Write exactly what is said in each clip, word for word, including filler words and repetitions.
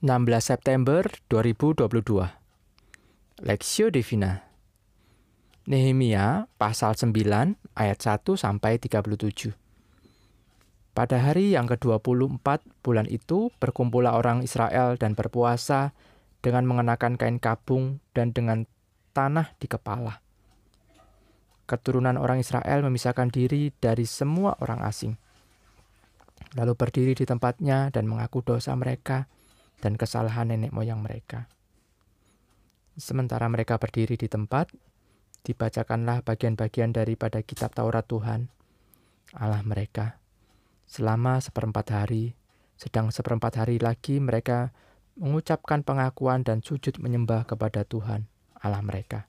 enam belas September dua ribu dua puluh dua. Lexio Divina. Nehemia pasal sembilan ayat satu sampai tiga puluh tujuh. Pada hari yang kedua puluh empat bulan itu berkumpullah orang Israel dan berpuasa dengan mengenakan kain kabung dan dengan tanah di kepala. Keturunan orang Israel memisahkan diri dari semua orang asing, lalu berdiri di tempatnya dan mengaku dosa mereka dan kesalahan nenek moyang mereka. Sementara mereka berdiri di tempat, dibacakanlah bagian-bagian daripada kitab Taurat Tuhan, Allah mereka, selama seperempat hari. Sedang seperempat hari lagi mereka mengucapkan pengakuan dan sujud menyembah kepada Tuhan, Allah mereka.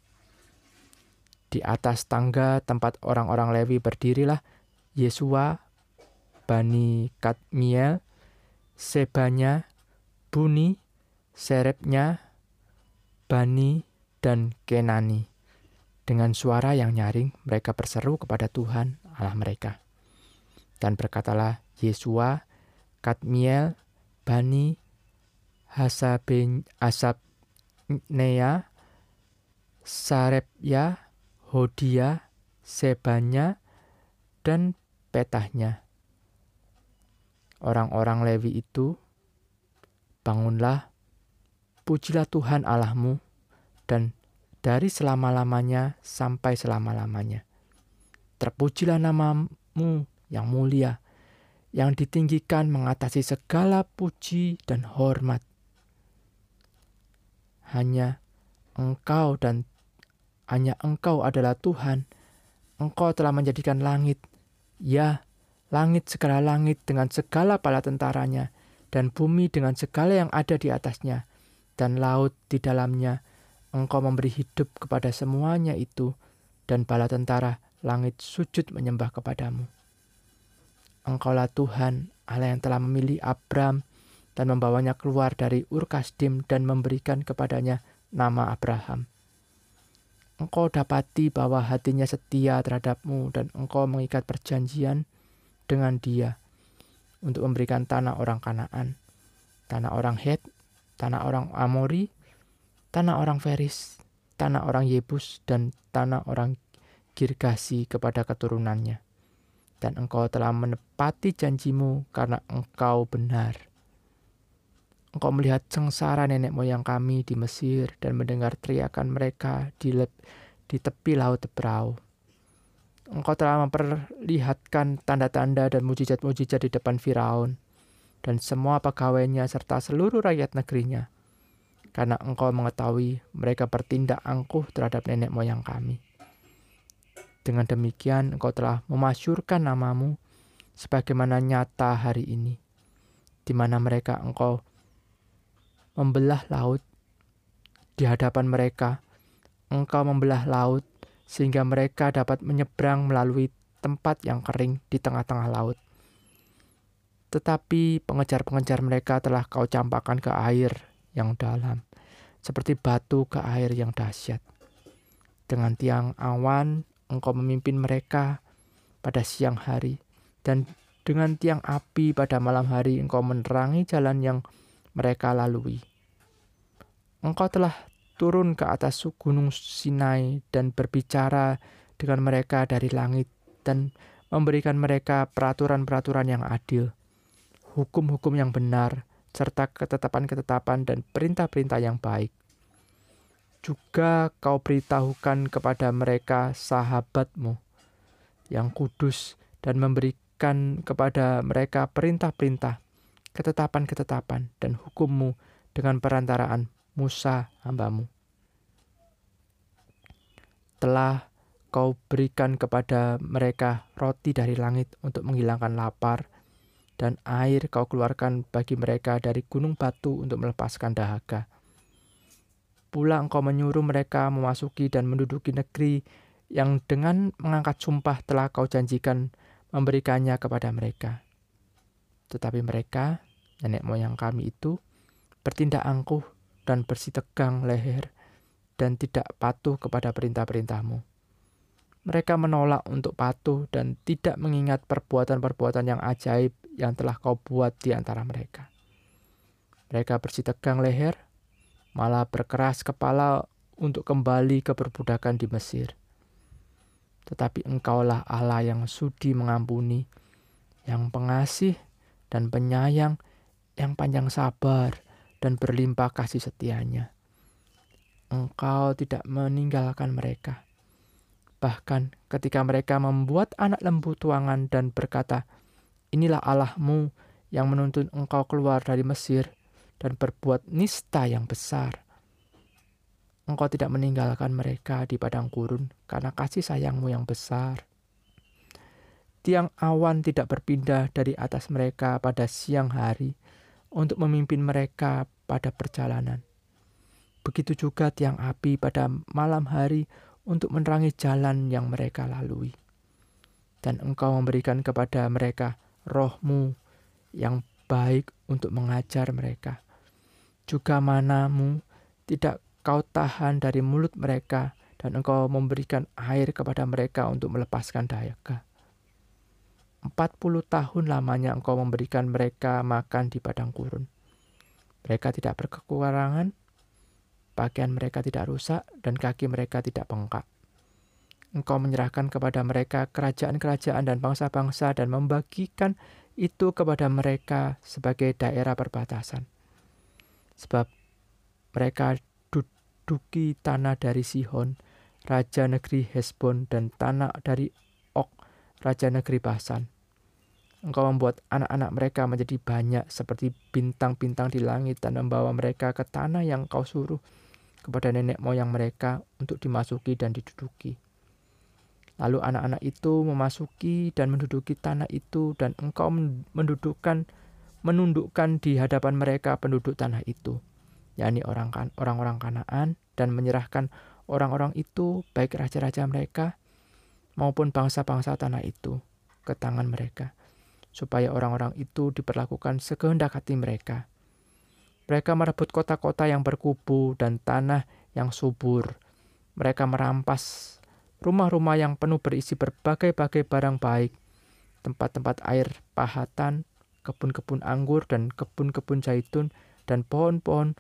Di atas tangga tempat orang-orang Lewi berdirilah Yesua, Bani Kadmiel, Sebanya, Buni, Serebnya, Bani, dan Kenani. Dengan suara yang nyaring mereka berseru kepada Tuhan Allah mereka. Dan berkatalah Yesua, Kadmiel, Bani, Hasaben, Asabnea, Sarebya, Hodia, Sebanya, dan Petahnya. Orang-orang Lewi itu, bangunlah, pujilah Tuhan Allahmu, dan dari selama-lamanya sampai selama-lamanya. Terpujilah namamu yang mulia, yang ditinggikan mengatasi segala puji dan hormat. Hanya Engkau dan hanya Engkau adalah Tuhan. Engkau telah menjadikan langit, ya, langit segala langit dengan segala bala tentaranya, dan bumi dengan segala yang ada di atasnya, dan laut di dalamnya. Engkau memberi hidup kepada semuanya itu, dan bala tentara langit sujud menyembah kepadamu. Engkaulah Tuhan, Allah yang telah memilih Abram dan membawanya keluar dari Ur Kasdim dan memberikan kepadanya nama Abraham. Engkau dapati bahwa hatinya setia terhadapmu dan engkau mengikat perjanjian dengan dia untuk memberikan tanah orang Kanaan, tanah orang Het, tanah orang Amori, tanah orang Feris, tanah orang Yebus, dan tanah orang Girgasi kepada keturunannya. Dan engkau telah menepati janjimu karena engkau benar. Engkau melihat sengsara nenek moyang kami di Mesir dan mendengar teriakan mereka di, lep, di tepi laut Tebrau. Engkau telah memperlihatkan tanda-tanda dan mujizat-mujizat di depan Firaun dan semua pegawainya serta seluruh rakyat negerinya. Karena engkau mengetahui mereka bertindak angkuh terhadap nenek moyang kami. Dengan demikian engkau telah memasyurkan namamu sebagaimana nyata hari ini, di mana mereka engkau membelah laut di hadapan mereka. Engkau membelah laut sehingga mereka dapat menyeberang melalui tempat yang kering di tengah-tengah laut. Tetapi pengejar-pengejar mereka telah kau campakkan ke air yang dalam, seperti batu ke air yang dahsyat. Dengan tiang awan engkau memimpin mereka pada siang hari, dan dengan tiang api pada malam hari engkau menerangi jalan yang mereka lalui. Engkau telah turun ke atas gunung Sinai dan berbicara dengan mereka dari langit dan memberikan mereka peraturan-peraturan yang adil, hukum-hukum yang benar, serta ketetapan-ketetapan dan perintah-perintah yang baik. Juga kau beritahukan kepada mereka sahabatmu yang kudus dan memberikan kepada mereka perintah-perintah, ketetapan-ketetapan dan hukummu dengan perantaraan Musa hambamu. Telah kau berikan kepada mereka roti dari langit untuk menghilangkan lapar, dan air kau keluarkan bagi mereka dari gunung batu untuk melepaskan dahaga. Pula engkau menyuruh mereka memasuki dan menduduki negeri yang dengan mengangkat sumpah telah kau janjikan memberikannya kepada mereka. Tetapi mereka, nenek moyang kami itu, bertindak angkuh dan bersitegang leher dan tidak patuh kepada perintah-perintahmu. Mereka menolak untuk patuh dan tidak mengingat perbuatan-perbuatan yang ajaib yang telah kau buat di antara mereka. Mereka bersitegang leher, malah berkeras kepala untuk kembali ke perbudakan di Mesir. Tetapi Engkaulah Allah yang sudi mengampuni, yang pengasih dan penyayang, yang panjang sabar dan berlimpah kasih setianya. Engkau tidak meninggalkan mereka. Bahkan ketika mereka membuat anak lembu tuangan dan berkata, "Inilah Allahmu yang menuntun engkau keluar dari Mesir," dan berbuat nista yang besar, Engkau tidak meninggalkan mereka di padang gurun karena kasih sayangmu yang besar. Tiang awan tidak berpindah dari atas mereka pada siang hari untuk memimpin mereka pada perjalanan. Begitu juga tiang api pada malam hari untuk menerangi jalan yang mereka lalui. Dan Engkau memberikan kepada mereka roh-Mu yang baik untuk mengajar mereka. Juga mana-Mu tidak Kau tahan dari mulut mereka, dan Engkau memberikan air kepada mereka untuk melepaskan dahaga. Empat puluh tahun lamanya Engkau memberikan mereka makan di padang gurun. Mereka tidak berkekurangan, pakaian mereka tidak rusak, dan kaki mereka tidak bengkak. Engkau menyerahkan kepada mereka kerajaan-kerajaan dan bangsa-bangsa dan membagikan itu kepada mereka sebagai daerah perbatasan. Sebab mereka duduki tanah dari Sihon, raja negeri Hesbon, dan tanah dari Og, raja negeri Basan. Engkau membuat anak-anak mereka menjadi banyak seperti bintang-bintang di langit dan membawa mereka ke tanah yang Kau suruh kepada nenek moyang mereka untuk dimasuki dan diduduki. Lalu anak-anak itu memasuki dan menduduki tanah itu, dan Engkau mendudukkan, menundukkan di hadapan mereka penduduk tanah itu, yakni orang kan, orang-orang Kanaan, dan menyerahkan orang-orang itu, baik raja-raja mereka maupun bangsa-bangsa tanah itu, ke tangan mereka, supaya orang-orang itu diperlakukan sekehendak hati mereka. Mereka merebut kota-kota yang berkubu dan tanah yang subur. Mereka merampas rumah-rumah yang penuh berisi berbagai-bagai barang baik, tempat-tempat air pahatan, kebun-kebun anggur dan kebun-kebun zaitun, dan pohon-pohon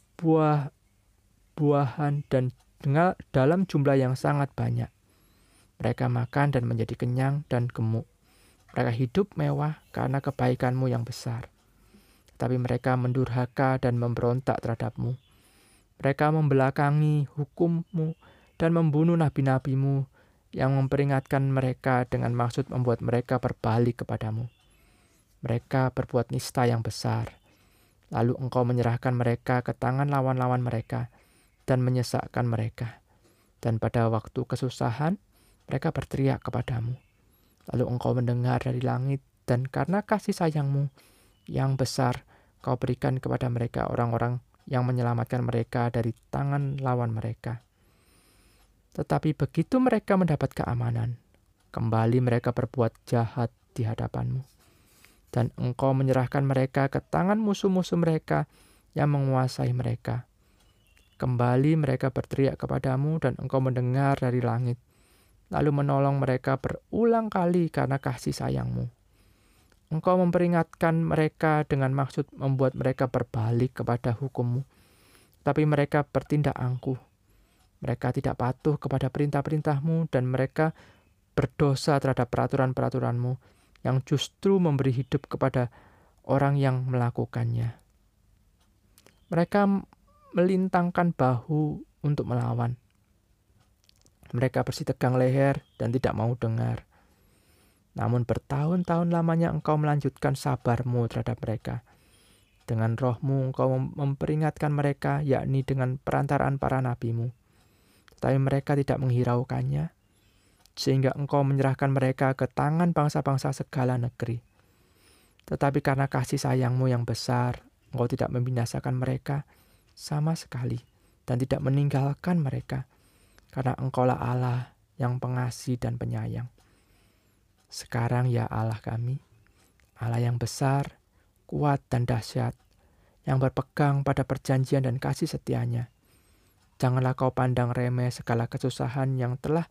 buah-buahan dan dalam jumlah yang sangat banyak. Mereka makan dan menjadi kenyang dan gemuk. Mereka hidup mewah karena kebaikan-Mu yang besar. Tapi mereka mendurhaka dan memberontak terhadap-Mu. Mereka membelakangi hukum-Mu dan membunuh nabi-nabi-Mu yang memperingatkan mereka dengan maksud membuat mereka berbalik kepadamu. Mereka berbuat nista yang besar. Lalu Engkau menyerahkan mereka ke tangan lawan-lawan mereka dan menyesakkan mereka. Dan pada waktu kesusahan, mereka berteriak kepadamu. Lalu Engkau mendengar dari langit, dan karena kasih sayang-Mu yang besar, Kau berikan kepada mereka orang-orang yang menyelamatkan mereka dari tangan lawan mereka. Tetapi begitu mereka mendapat keamanan, kembali mereka berbuat jahat di hadapan-Mu. Dan Engkau menyerahkan mereka ke tangan musuh-musuh mereka yang menguasai mereka. Kembali mereka berteriak kepadamu, dan Engkau mendengar dari langit, lalu menolong mereka berulang kali karena kasih sayang-Mu. Engkau memperingatkan mereka dengan maksud membuat mereka berbalik kepada hukum-Mu. Tapi mereka bertindak angkuh. Mereka tidak patuh kepada perintah-perintah-Mu, dan mereka berdosa terhadap peraturan-peraturan-Mu yang justru memberi hidup kepada orang yang melakukannya. Mereka melintangkan bahu untuk melawan. Mereka bersitegang leher dan tidak mau dengar. Namun bertahun-tahun lamanya Engkau melanjutkan sabar-Mu terhadap mereka. Dengan roh-Mu Engkau memperingatkan mereka, yakni dengan perantaraan para nabi-Mu. Tetapi mereka tidak menghiraukannya, sehingga Engkau menyerahkan mereka ke tangan bangsa-bangsa segala negeri. Tetapi karena kasih sayang-Mu yang besar, Engkau tidak membinasakan mereka sama sekali, dan tidak meninggalkan mereka, karena Engkaulah Allah yang pengasih dan penyayang. Sekarang ya Allah kami, Allah yang besar, kuat dan dahsyat, yang berpegang pada perjanjian dan kasih setia-Nya. Janganlah Kau pandang remeh segala kesusahan yang telah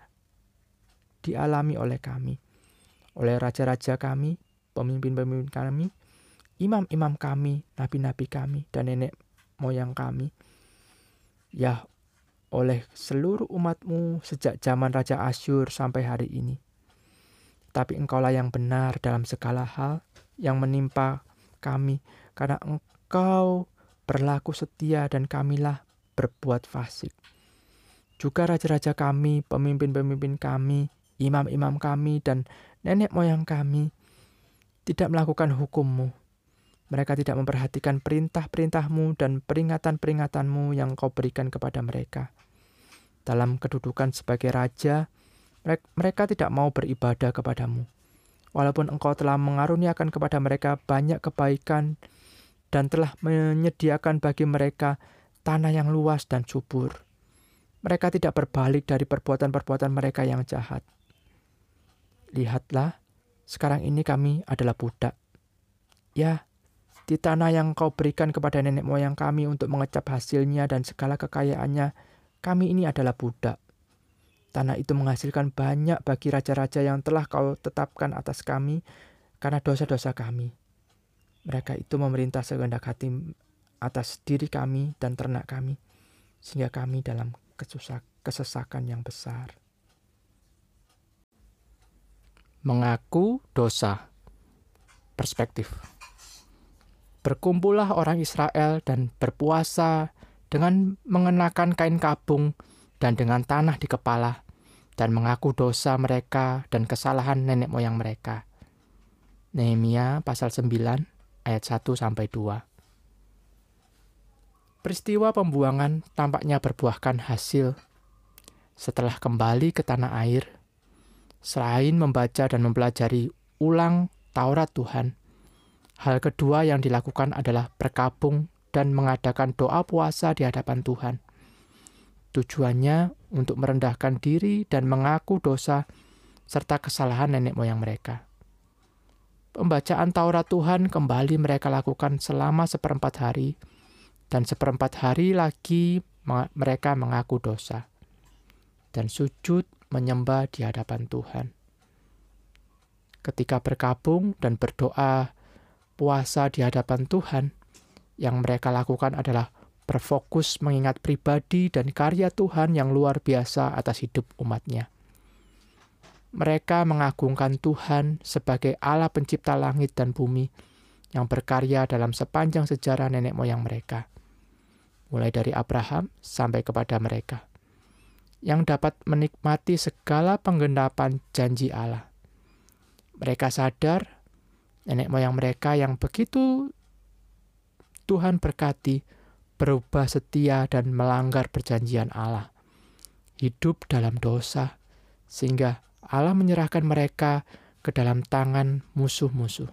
dialami oleh kami, oleh raja-raja kami, pemimpin-pemimpin kami, imam-imam kami, nabi-nabi kami, dan nenek moyang kami. Ya, oleh seluruh umat-Mu sejak zaman Raja Asyur sampai hari ini. Tapi Engkaulah yang benar dalam segala hal yang menimpa kami, karena Engkau berlaku setia dan kamilah berbuat fasik. Juga raja-raja kami, pemimpin-pemimpin kami, imam-imam kami, dan nenek moyang kami tidak melakukan hukum-Mu. Mereka tidak memperhatikan perintah-perintah-Mu dan peringatan-peringatan-Mu yang Kau berikan kepada mereka. Dalam kedudukan sebagai raja, mereka tidak mau beribadah kepada-Mu. Walaupun Engkau telah mengaruniakan kepada mereka banyak kebaikan dan telah menyediakan bagi mereka tanah yang luas dan subur, mereka tidak berbalik dari perbuatan-perbuatan mereka yang jahat. Lihatlah, sekarang ini kami adalah budak. Ya, di tanah yang Kau berikan kepada nenek moyang kami untuk mengecap hasilnya dan segala kekayaannya, kami ini adalah budak. Tanah itu menghasilkan banyak bagi raja-raja yang telah Kau tetapkan atas kami karena dosa-dosa kami. Mereka itu memerintah sekehendak hati atas diri kami dan ternak kami, sehingga kami dalam kesusak, kesesakan yang besar. Mengaku dosa. Perspektif. Berkumpullah orang Israel dan berpuasa dengan mengenakan kain kabung dan dengan tanah di kepala, dan mengaku dosa mereka dan kesalahan nenek moyang mereka. Nehemia pasal sembilan ayat satu sampai dua. Peristiwa pembuangan tampaknya berbuahkan hasil. Setelah kembali ke tanah air, selain membaca dan mempelajari ulang Taurat Tuhan, hal kedua yang dilakukan adalah berkabung dan mengadakan doa puasa di hadapan Tuhan. Tujuannya untuk merendahkan diri dan mengaku dosa serta kesalahan nenek moyang mereka. Pembacaan Taurat Tuhan kembali mereka lakukan selama seperempat hari, dan seperempat hari lagi mereka mengaku dosa dan sujud menyembah di hadapan Tuhan. Ketika berkabung dan berdoa puasa di hadapan Tuhan, yang mereka lakukan adalah berfokus mengingat pribadi dan karya Tuhan yang luar biasa atas hidup umatnya. Mereka mengagungkan Tuhan sebagai Allah pencipta langit dan bumi yang berkarya dalam sepanjang sejarah nenek moyang mereka, mulai dari Abraham sampai kepada mereka, yang dapat menikmati segala penggenapan janji Allah. Mereka sadar nenek moyang mereka yang begitu Tuhan berkati berubah setia dan melanggar perjanjian Allah, hidup dalam dosa, sehingga Allah menyerahkan mereka ke dalam tangan musuh-musuh.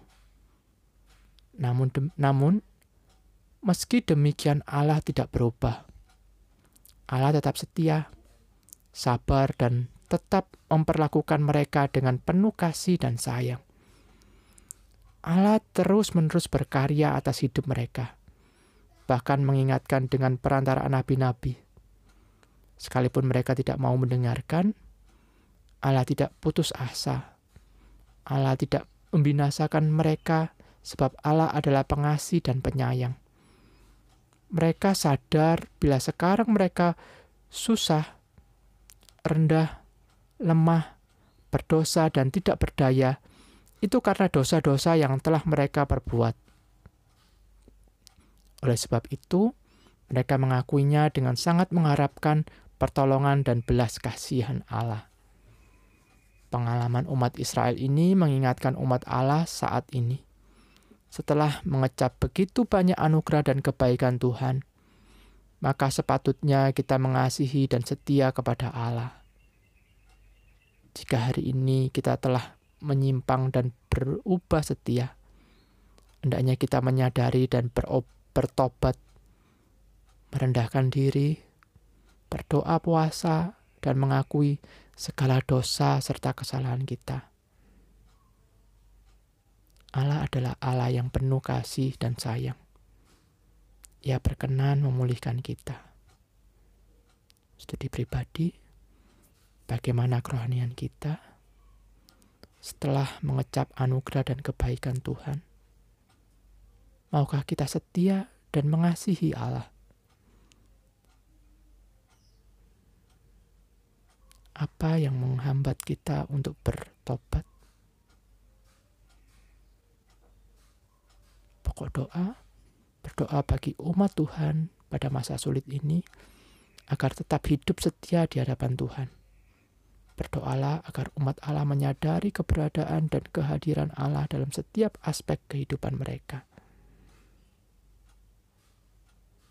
Namun, de- namun, meski demikian Allah tidak berubah. Allah tetap setia, sabar, dan tetap memperlakukan mereka dengan penuh kasih dan sayang. Allah terus-menerus berkarya atas hidup mereka, bahkan mengingatkan dengan perantaraan nabi-nabi. Sekalipun mereka tidak mau mendengarkan, Allah tidak putus asa. Allah tidak membinasakan mereka sebab Allah adalah pengasih dan penyayang. Mereka sadar bila sekarang mereka susah, rendah, lemah, berdosa, dan tidak berdaya, itu karena dosa-dosa yang telah mereka perbuat. Oleh sebab itu, mereka mengakuinya dengan sangat mengharapkan pertolongan dan belas kasihan Allah. Pengalaman umat Israel ini mengingatkan umat Allah saat ini. Setelah mengecap begitu banyak anugerah dan kebaikan Tuhan, maka sepatutnya kita mengasihi dan setia kepada Allah. Jika hari ini kita telah menyimpang dan berubah setia, hendaknya kita menyadari dan berob- bertobat, merendahkan diri, berdoa puasa, dan mengakui segala dosa serta kesalahan kita. Allah adalah Allah yang penuh kasih dan sayang. Ia berkenan memulihkan kita. Studi pribadi, bagaimana kerohanian kita setelah mengecap anugerah dan kebaikan Tuhan? Maukah kita setia dan mengasihi Allah? Apa yang menghambat kita untuk bertobat? Pokok doa, berdoa bagi umat Tuhan pada masa sulit ini, agar tetap hidup setia di hadapan Tuhan. Berdoalah agar umat Allah menyadari keberadaan dan kehadiran Allah dalam setiap aspek kehidupan mereka.